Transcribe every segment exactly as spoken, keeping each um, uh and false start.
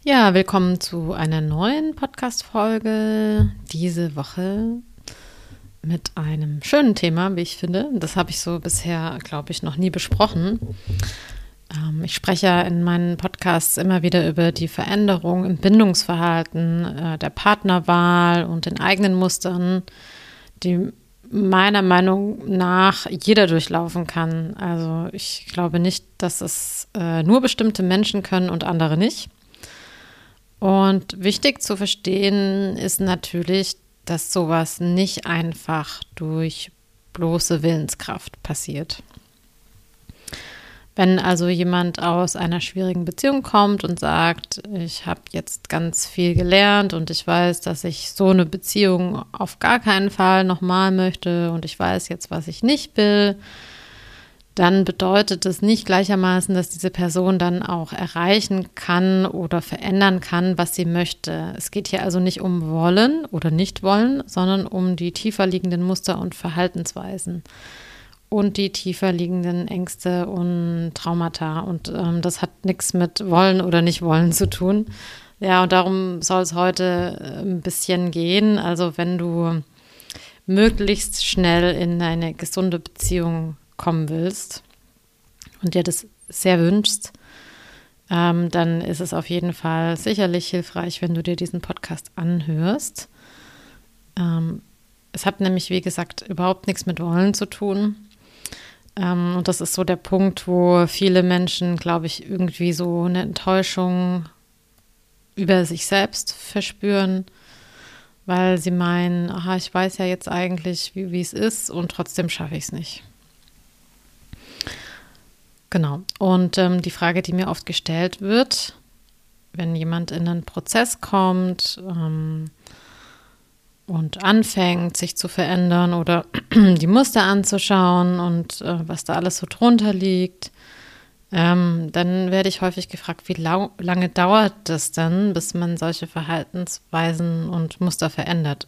Ja, willkommen zu einer neuen Podcast-Folge diese Woche mit einem schönen Thema, wie ich finde. Das habe ich so bisher, glaube ich, noch nie besprochen. Ähm, ich spreche ja in meinen Podcasts immer wieder über die Veränderung im Bindungsverhalten, äh, der Partnerwahl und den eigenen Mustern, die meiner Meinung nach jeder durchlaufen kann. Also ich glaube nicht, dass es äh, nur bestimmte Menschen können und andere nicht. Und wichtig zu verstehen ist natürlich, dass sowas nicht einfach durch bloße Willenskraft passiert. Wenn also jemand aus einer schwierigen Beziehung kommt und sagt, ich habe jetzt ganz viel gelernt und ich weiß, dass ich so eine Beziehung auf gar keinen Fall nochmal möchte und ich weiß jetzt, was ich nicht will, dann bedeutet es nicht gleichermaßen, dass diese Person dann auch erreichen kann oder verändern kann, was sie möchte. Es geht hier also nicht um Wollen oder Nicht-Wollen, sondern um die tiefer liegenden Muster und Verhaltensweisen und die tiefer liegenden Ängste und Traumata. Und ähm, das hat nichts mit Wollen oder Nicht-Wollen zu tun. Ja, und darum soll es heute ein bisschen gehen. Also wenn du möglichst schnell in eine gesunde Beziehung kommen willst und dir das sehr wünschst, ähm, dann ist es auf jeden Fall sicherlich hilfreich, wenn du dir diesen Podcast anhörst. Ähm, es hat nämlich, wie gesagt, überhaupt nichts mit Wollen zu tun. Ähm, und das ist so der Punkt, wo viele Menschen, glaube ich, irgendwie so eine Enttäuschung über sich selbst verspüren, weil sie meinen, aha, ich weiß ja jetzt eigentlich, wie, wie es ist und trotzdem schaffe ich es nicht. Genau. Und ähm, die Frage, die mir oft gestellt wird, wenn jemand in einen Prozess kommt ähm, und anfängt, sich zu verändern oder die Muster anzuschauen und äh, was da alles so drunter liegt, ähm, dann werde ich häufig gefragt, wie lau- lange dauert das denn, bis man solche Verhaltensweisen und Muster verändert?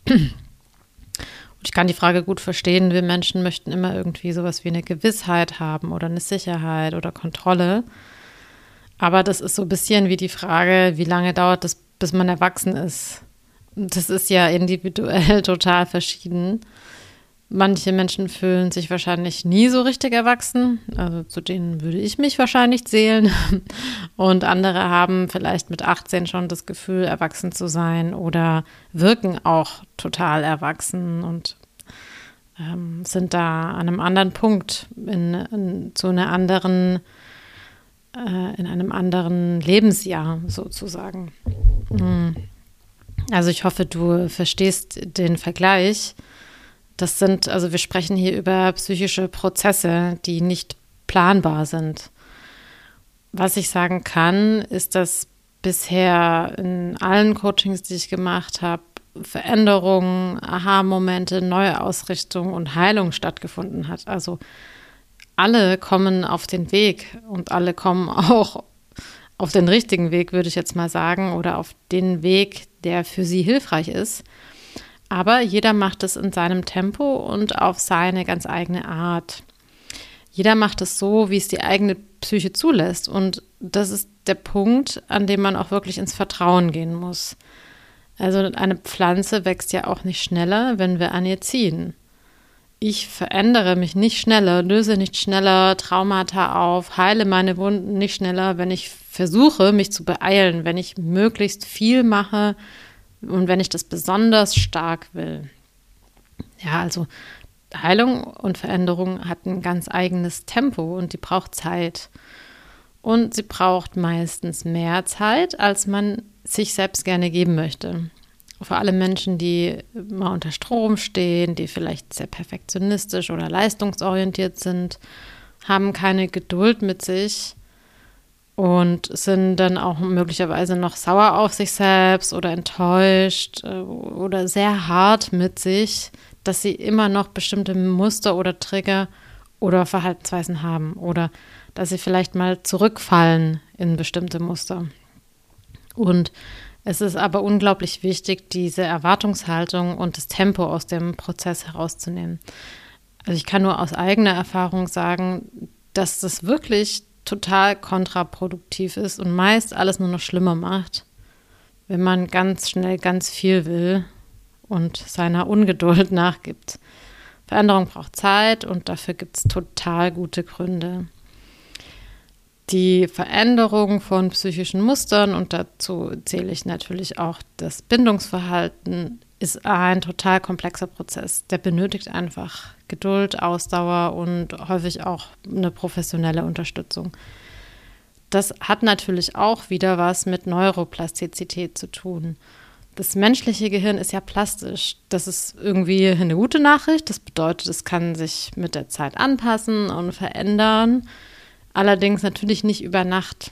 Ich kann die Frage gut verstehen, wir Menschen möchten immer irgendwie sowas wie eine Gewissheit haben oder eine Sicherheit oder Kontrolle. Aber das ist so ein bisschen wie die Frage, wie lange dauert es, bis man erwachsen ist. Das ist ja individuell total verschieden. Manche Menschen fühlen sich wahrscheinlich nie so richtig erwachsen, also zu denen würde ich mich wahrscheinlich zählen. Und andere haben vielleicht mit achtzehn schon das Gefühl, erwachsen zu sein oder wirken auch total erwachsen und ähm, sind da an einem anderen Punkt, in, in, zu einer anderen, äh, in einem anderen Lebensjahr sozusagen. Also ich hoffe, du verstehst den Vergleich. Das sind, also wir sprechen hier über psychische Prozesse, die nicht planbar sind. Was ich sagen kann, ist, dass bisher in allen Coachings, die ich gemacht habe, Veränderungen, Aha-Momente, Neuausrichtung und Heilung stattgefunden hat. Also alle kommen auf den Weg und alle kommen auch auf den richtigen Weg, würde ich jetzt mal sagen, oder auf den Weg, der für sie hilfreich ist. Aber jeder macht es in seinem Tempo und auf seine ganz eigene Art. Jeder macht es so, wie es die eigene Psyche zulässt. Und das ist der Punkt, an dem man auch wirklich ins Vertrauen gehen muss. Also eine Pflanze wächst ja auch nicht schneller, wenn wir an ihr ziehen. Ich verändere mich nicht schneller, löse nicht schneller Traumata auf, heile meine Wunden nicht schneller, wenn ich versuche, mich zu beeilen, wenn ich möglichst viel mache, und wenn ich das besonders stark will. Ja, also Heilung und Veränderung hat ein ganz eigenes Tempo und die braucht Zeit. Und sie braucht meistens mehr Zeit, als man sich selbst gerne geben möchte. Vor allem Menschen, die mal unter Strom stehen, die vielleicht sehr perfektionistisch oder leistungsorientiert sind, haben keine Geduld mit sich und sind dann auch möglicherweise noch sauer auf sich selbst oder enttäuscht oder sehr hart mit sich, dass sie immer noch bestimmte Muster oder Trigger oder Verhaltensweisen haben oder dass sie vielleicht mal zurückfallen in bestimmte Muster. Und es ist aber unglaublich wichtig, diese Erwartungshaltung und das Tempo aus dem Prozess herauszunehmen. Also ich kann nur aus eigener Erfahrung sagen, dass das wirklich total kontraproduktiv ist und meist alles nur noch schlimmer macht, wenn man ganz schnell ganz viel will und seiner Ungeduld nachgibt. Veränderung braucht Zeit und dafür gibt es total gute Gründe. Die Veränderung von psychischen Mustern, und dazu zähle ich natürlich auch das Bindungsverhalten, ist ein total komplexer Prozess. Der benötigt einfach Geduld, Ausdauer und häufig auch eine professionelle Unterstützung. Das hat natürlich auch wieder was mit Neuroplastizität zu tun. Das menschliche Gehirn ist ja plastisch. Das ist irgendwie eine gute Nachricht. Das bedeutet, es kann sich mit der Zeit anpassen und verändern. Allerdings natürlich nicht über Nacht.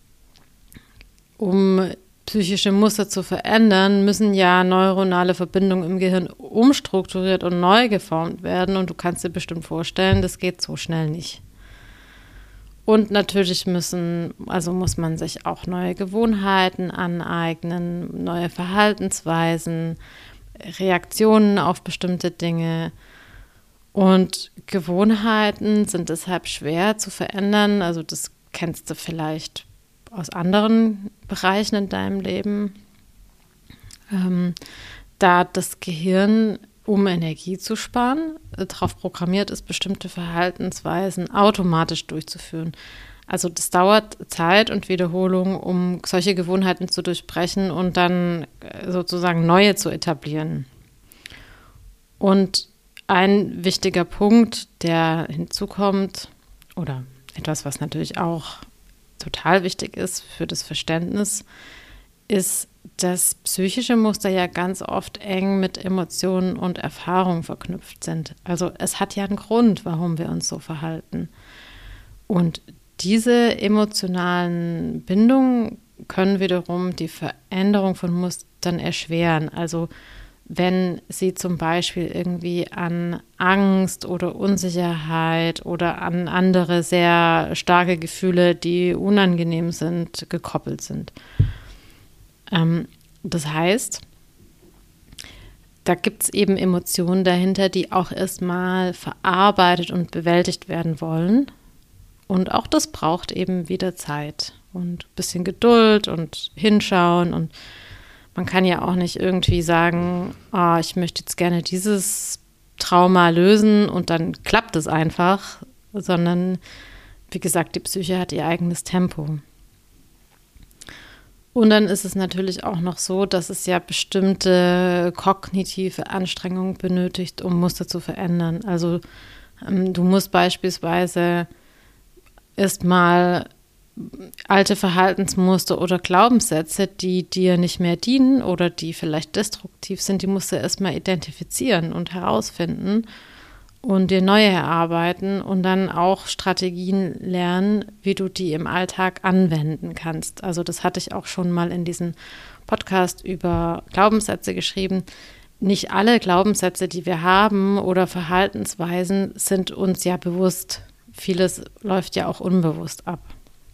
Um psychische Muster zu verändern, müssen ja neuronale Verbindungen im Gehirn umstrukturiert und neu geformt werden. Und du kannst dir bestimmt vorstellen, das geht so schnell nicht. Und natürlich müssen, also muss man sich auch neue Gewohnheiten aneignen, neue Verhaltensweisen, Reaktionen auf bestimmte Dinge. Und Gewohnheiten sind deshalb schwer zu verändern. Also das kennst du vielleicht aus anderen Bereichen in deinem Leben. Ähm, da das Gehirn, um Energie zu sparen, darauf programmiert ist, bestimmte Verhaltensweisen automatisch durchzuführen. Also das dauert Zeit und Wiederholung, um solche Gewohnheiten zu durchbrechen und dann sozusagen neue zu etablieren. Und ein wichtiger Punkt, der hinzukommt, oder etwas, was natürlich auch total wichtig ist für das Verständnis, ist, dass psychische Muster ja ganz oft eng mit Emotionen und Erfahrungen verknüpft sind. Also es hat ja einen Grund, warum wir uns so verhalten. Und diese emotionalen Bindungen können wiederum die Veränderung von Mustern erschweren. Also wenn sie zum Beispiel irgendwie an Angst oder Unsicherheit oder an andere sehr starke Gefühle, die unangenehm sind, gekoppelt sind. Ähm, das heißt, da gibt es eben Emotionen dahinter, die auch erstmal verarbeitet und bewältigt werden wollen. Und auch das braucht eben wieder Zeit und ein bisschen Geduld und hinschauen. Und man kann ja auch nicht irgendwie sagen, oh, ich möchte jetzt gerne dieses Trauma lösen und dann klappt es einfach, sondern wie gesagt, die Psyche hat ihr eigenes Tempo. Und dann ist es natürlich auch noch so, dass es ja bestimmte kognitive Anstrengungen benötigt, um Muster zu verändern. Also ähm, du musst beispielsweise erstmal alte Verhaltensmuster oder Glaubenssätze, die dir nicht mehr dienen oder die vielleicht destruktiv sind, die musst du erstmal identifizieren und herausfinden und dir neue erarbeiten und dann auch Strategien lernen, wie du die im Alltag anwenden kannst. Also das hatte ich auch schon mal in diesem Podcast über Glaubenssätze geschrieben. Nicht alle Glaubenssätze, die wir haben oder Verhaltensweisen, sind uns ja bewusst. Vieles läuft ja auch unbewusst ab.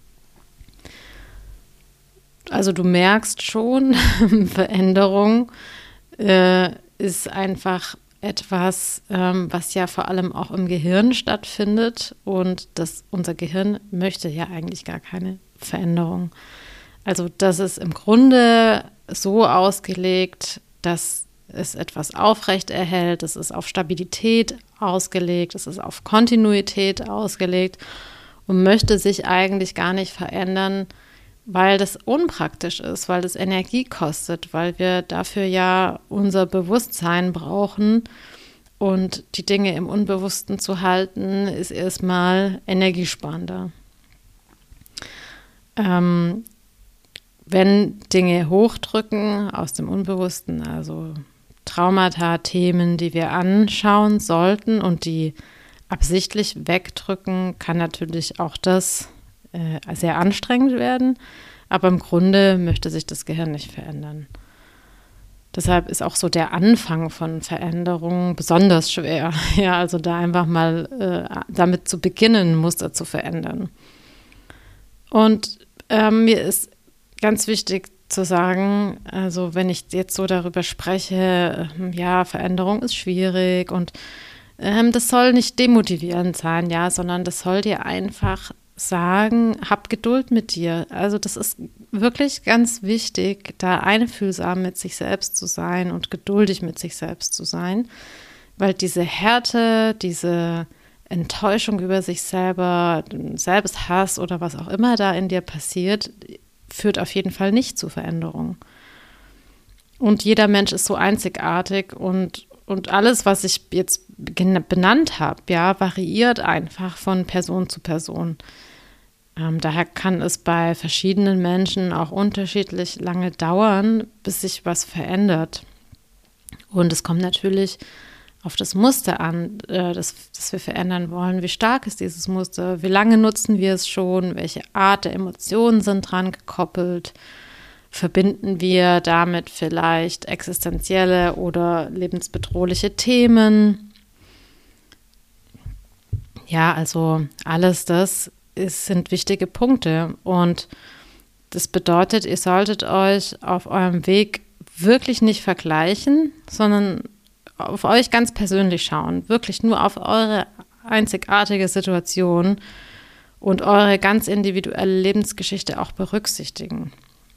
Also du merkst schon, Veränderung äh, ist einfach etwas, ähm, was ja vor allem auch im Gehirn stattfindet und das, unser Gehirn möchte ja eigentlich gar keine Veränderung. Also das ist im Grunde so ausgelegt, dass es etwas aufrecht erhält, es ist auf Stabilität ausgelegt, es ist auf Kontinuität ausgelegt und möchte sich eigentlich gar nicht verändern, weil das unpraktisch ist, weil das Energie kostet, weil wir dafür ja unser Bewusstsein brauchen und die Dinge im Unbewussten zu halten, ist erstmal energiesparender. Ähm, wenn Dinge hochdrücken aus dem Unbewussten, also Traumata, Themen, die wir anschauen sollten und die absichtlich wegdrücken, kann natürlich auch das äh, sehr anstrengend werden, aber im Grunde möchte sich das Gehirn nicht verändern. Deshalb ist auch so der Anfang von Veränderungen besonders schwer. Ja, also da einfach mal äh, damit zu beginnen, Muster zu verändern. Und äh, mir ist ganz wichtig zu sagen, also wenn ich jetzt so darüber spreche, äh, ja, Veränderung ist schwierig und ähm, das soll nicht demotivierend sein, ja, sondern das soll dir einfach sagen, hab Geduld mit dir. Also das ist wirklich ganz wichtig, da einfühlsam mit sich selbst zu sein und geduldig mit sich selbst zu sein, weil diese Härte, diese Enttäuschung über sich selber, Selbsthass oder was auch immer da in dir passiert, führt auf jeden Fall nicht zu Veränderung. Und jeder Mensch ist so einzigartig und, und alles, was ich jetzt benannt habe, ja, variiert einfach von Person zu Person. Ähm, daher kann es bei verschiedenen Menschen auch unterschiedlich lange dauern, bis sich was verändert. Und es kommt natürlich auf das Muster an, äh, das, das wir verändern wollen. Wie stark ist dieses Muster? Wie lange nutzen wir es schon? Welche Art der Emotionen sind dran gekoppelt? Verbinden wir damit vielleicht existenzielle oder lebensbedrohliche Themen? Ja, also alles das ist, sind wichtige Punkte. Und das bedeutet, ihr solltet euch auf eurem Weg wirklich nicht vergleichen, sondern auf euch ganz persönlich schauen, wirklich nur auf eure einzigartige Situation und eure ganz individuelle Lebensgeschichte auch berücksichtigen.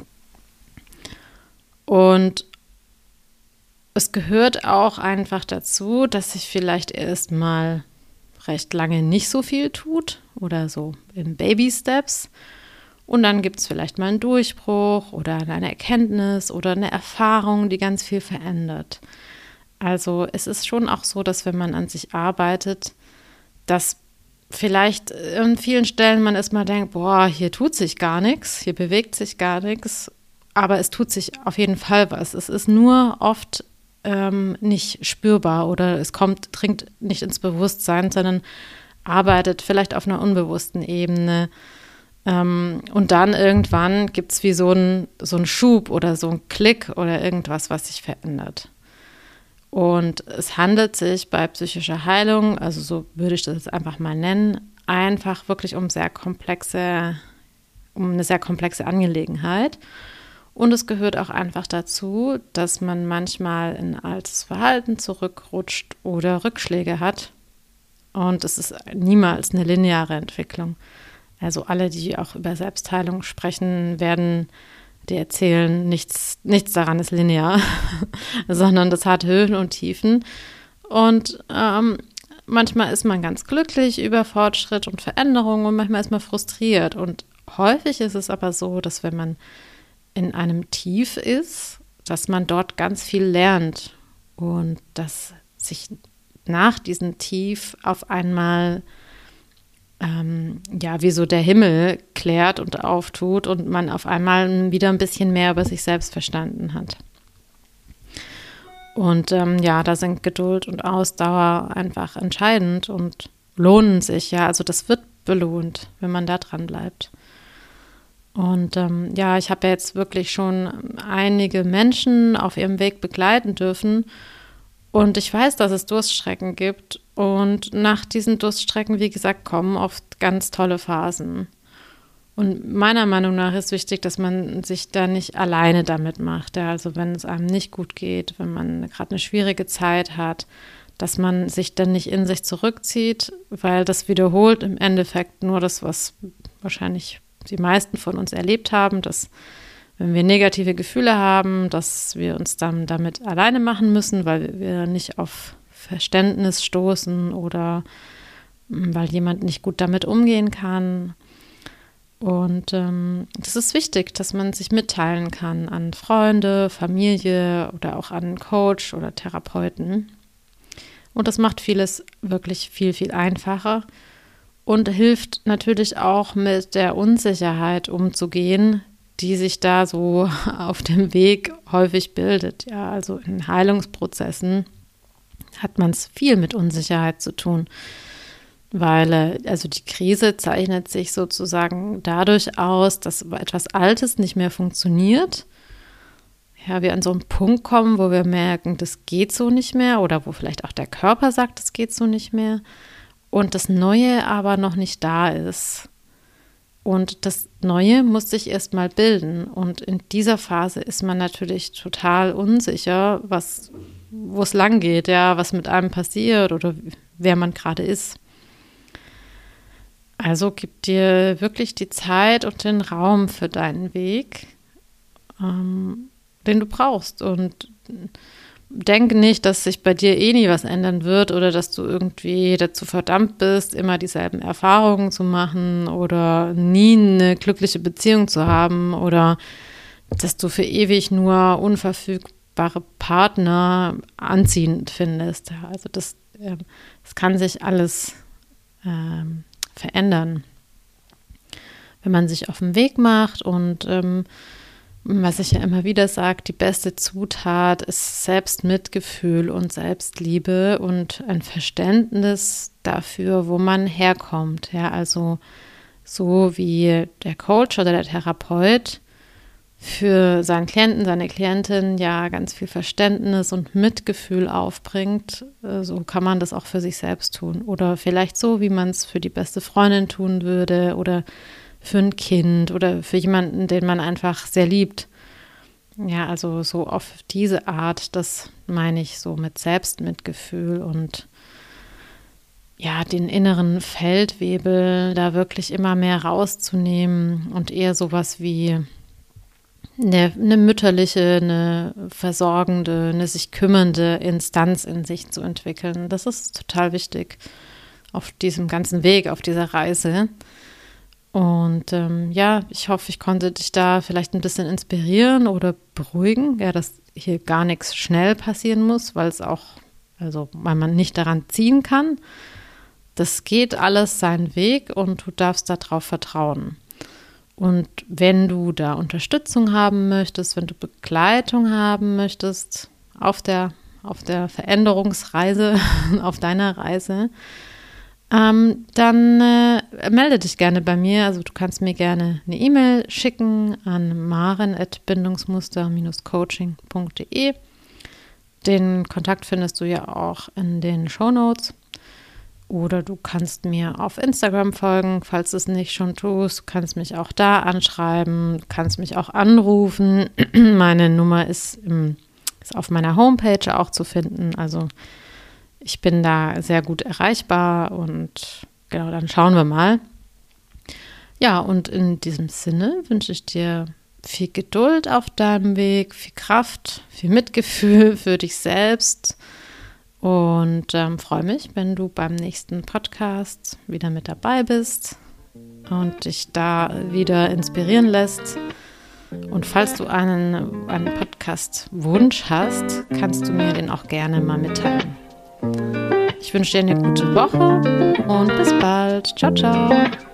Und es gehört auch einfach dazu, dass sich vielleicht erstmal recht lange nicht so viel tut oder so in Baby-Steps. Und dann gibt es vielleicht mal einen Durchbruch oder eine Erkenntnis oder eine Erfahrung, die ganz viel verändert. Also es ist schon auch so, dass wenn man an sich arbeitet, dass vielleicht an vielen Stellen man erstmal denkt, boah, hier tut sich gar nichts, hier bewegt sich gar nichts. Aber es tut sich auf jeden Fall was. Es ist nur oft ähm, nicht spürbar oder es kommt, dringt nicht ins Bewusstsein, sondern arbeitet vielleicht auf einer unbewussten Ebene. Ähm, und dann irgendwann gibt es wie so einen so einen Schub oder so einen Klick oder irgendwas, was sich verändert. Und es handelt sich bei psychischer Heilung, also so würde ich das jetzt einfach mal nennen, einfach wirklich um sehr komplexe, um eine sehr komplexe Angelegenheit. Und es gehört auch einfach dazu, dass man manchmal in altes Verhalten zurückrutscht oder Rückschläge hat. Und es ist niemals eine lineare Entwicklung. Also alle, die auch über Selbstheilung sprechen, werden dir erzählen, nichts, nichts daran ist linear, sondern das hat Höhen und Tiefen. Und ähm, manchmal ist man ganz glücklich über Fortschritt und Veränderung und manchmal ist man frustriert. Und häufig ist es aber so, dass wenn man in einem Tief ist, dass man dort ganz viel lernt und dass sich nach diesem Tief auf einmal ähm, ja, wie so der Himmel klärt und auftut und man auf einmal wieder ein bisschen mehr über sich selbst verstanden hat. Und ähm, ja, da sind Geduld und Ausdauer einfach entscheidend und lohnen sich, ja, also das wird belohnt, wenn man da dran bleibt. Und ähm, ja, ich habe ja jetzt wirklich schon einige Menschen auf ihrem Weg begleiten dürfen und ich weiß, dass es Durststrecken gibt und nach diesen Durststrecken, wie gesagt, kommen oft ganz tolle Phasen. Und meiner Meinung nach ist wichtig, dass man sich da nicht alleine damit macht. Ja, also wenn es einem nicht gut geht, wenn man gerade eine schwierige Zeit hat, dass man sich dann nicht in sich zurückzieht, weil das wiederholt im Endeffekt nur das, was wahrscheinlich die meisten von uns erlebt haben, dass wenn wir negative Gefühle haben, dass wir uns dann damit alleine machen müssen, weil wir nicht auf Verständnis stoßen oder weil jemand nicht gut damit umgehen kann. Und ähm, das ist wichtig, dass man sich mitteilen kann an Freunde, Familie oder auch an einen Coach oder Therapeuten. Und das macht vieles wirklich viel, viel einfacher. Und hilft natürlich auch mit der Unsicherheit umzugehen, die sich da so auf dem Weg häufig bildet. Ja, also in Heilungsprozessen hat man es viel mit Unsicherheit zu tun, weil also die Krise zeichnet sich sozusagen dadurch aus, dass etwas Altes nicht mehr funktioniert. Ja, wir an so einen Punkt kommen, wo wir merken, das geht so nicht mehr oder wo vielleicht auch der Körper sagt, das geht so nicht mehr. Und das Neue aber noch nicht da ist. Und das Neue muss sich erst mal bilden. Und in dieser Phase ist man natürlich total unsicher, was, wo es lang geht, ja, was mit einem passiert oder wer man gerade ist. Also gib dir wirklich die Zeit und den Raum für deinen Weg, ähm, den du brauchst. Und denke nicht, dass sich bei dir eh nie was ändern wird oder dass du irgendwie dazu verdammt bist, immer dieselben Erfahrungen zu machen oder nie eine glückliche Beziehung zu haben oder dass du für ewig nur unverfügbare Partner anziehend findest. Ja, also das, äh, das kann sich alles ähm, verändern, wenn man sich auf den Weg macht. Und ähm, was ich ja immer wieder sage, die beste Zutat ist Selbstmitgefühl und Selbstliebe und ein Verständnis dafür, wo man herkommt. Ja, also so wie der Coach oder der Therapeut für seinen Klienten, seine Klientin ja ganz viel Verständnis und Mitgefühl aufbringt, so kann man das auch für sich selbst tun. Oder vielleicht so, wie man es für die beste Freundin tun würde oder für ein Kind oder für jemanden, den man einfach sehr liebt. Ja, also so auf diese Art, das meine ich so mit Selbstmitgefühl und ja, den inneren Feldwebel da wirklich immer mehr rauszunehmen und eher sowas wie Eine, eine mütterliche, eine versorgende, eine sich kümmernde Instanz in sich zu entwickeln. Das ist total wichtig auf diesem ganzen Weg, auf dieser Reise. Und ähm, ja, ich hoffe, ich konnte dich da vielleicht ein bisschen inspirieren oder beruhigen, ja, dass hier gar nichts schnell passieren muss, weil es auch, also weil man nicht daran ziehen kann. Das geht alles seinen Weg und du darfst darauf vertrauen. Und wenn du da Unterstützung haben möchtest, wenn du Begleitung haben möchtest auf der, auf der Veränderungsreise, auf deiner Reise, ähm, dann äh, melde dich gerne bei mir. Also du kannst mir gerne eine E-Mail schicken an maren at bindungsmuster Bindestrich coaching punkt de. Den Kontakt findest du ja auch in den Shownotes. Oder du kannst mir auf Instagram folgen, falls du es nicht schon tust. Du kannst mich auch da anschreiben, kannst mich auch anrufen. Meine Nummer ist, im, ist auf meiner Homepage auch zu finden. Also ich bin da sehr gut erreichbar und genau, dann schauen wir mal. Ja, und in diesem Sinne wünsche ich dir viel Geduld auf deinem Weg, viel Kraft, viel Mitgefühl für dich selbst. Und ähm, freue mich, wenn du beim nächsten Podcast wieder mit dabei bist und dich da wieder inspirieren lässt. Und falls du einen, einen Podcast-Wunsch hast, kannst du mir den auch gerne mal mitteilen. Ich wünsche dir eine gute Woche und bis bald. Ciao, ciao.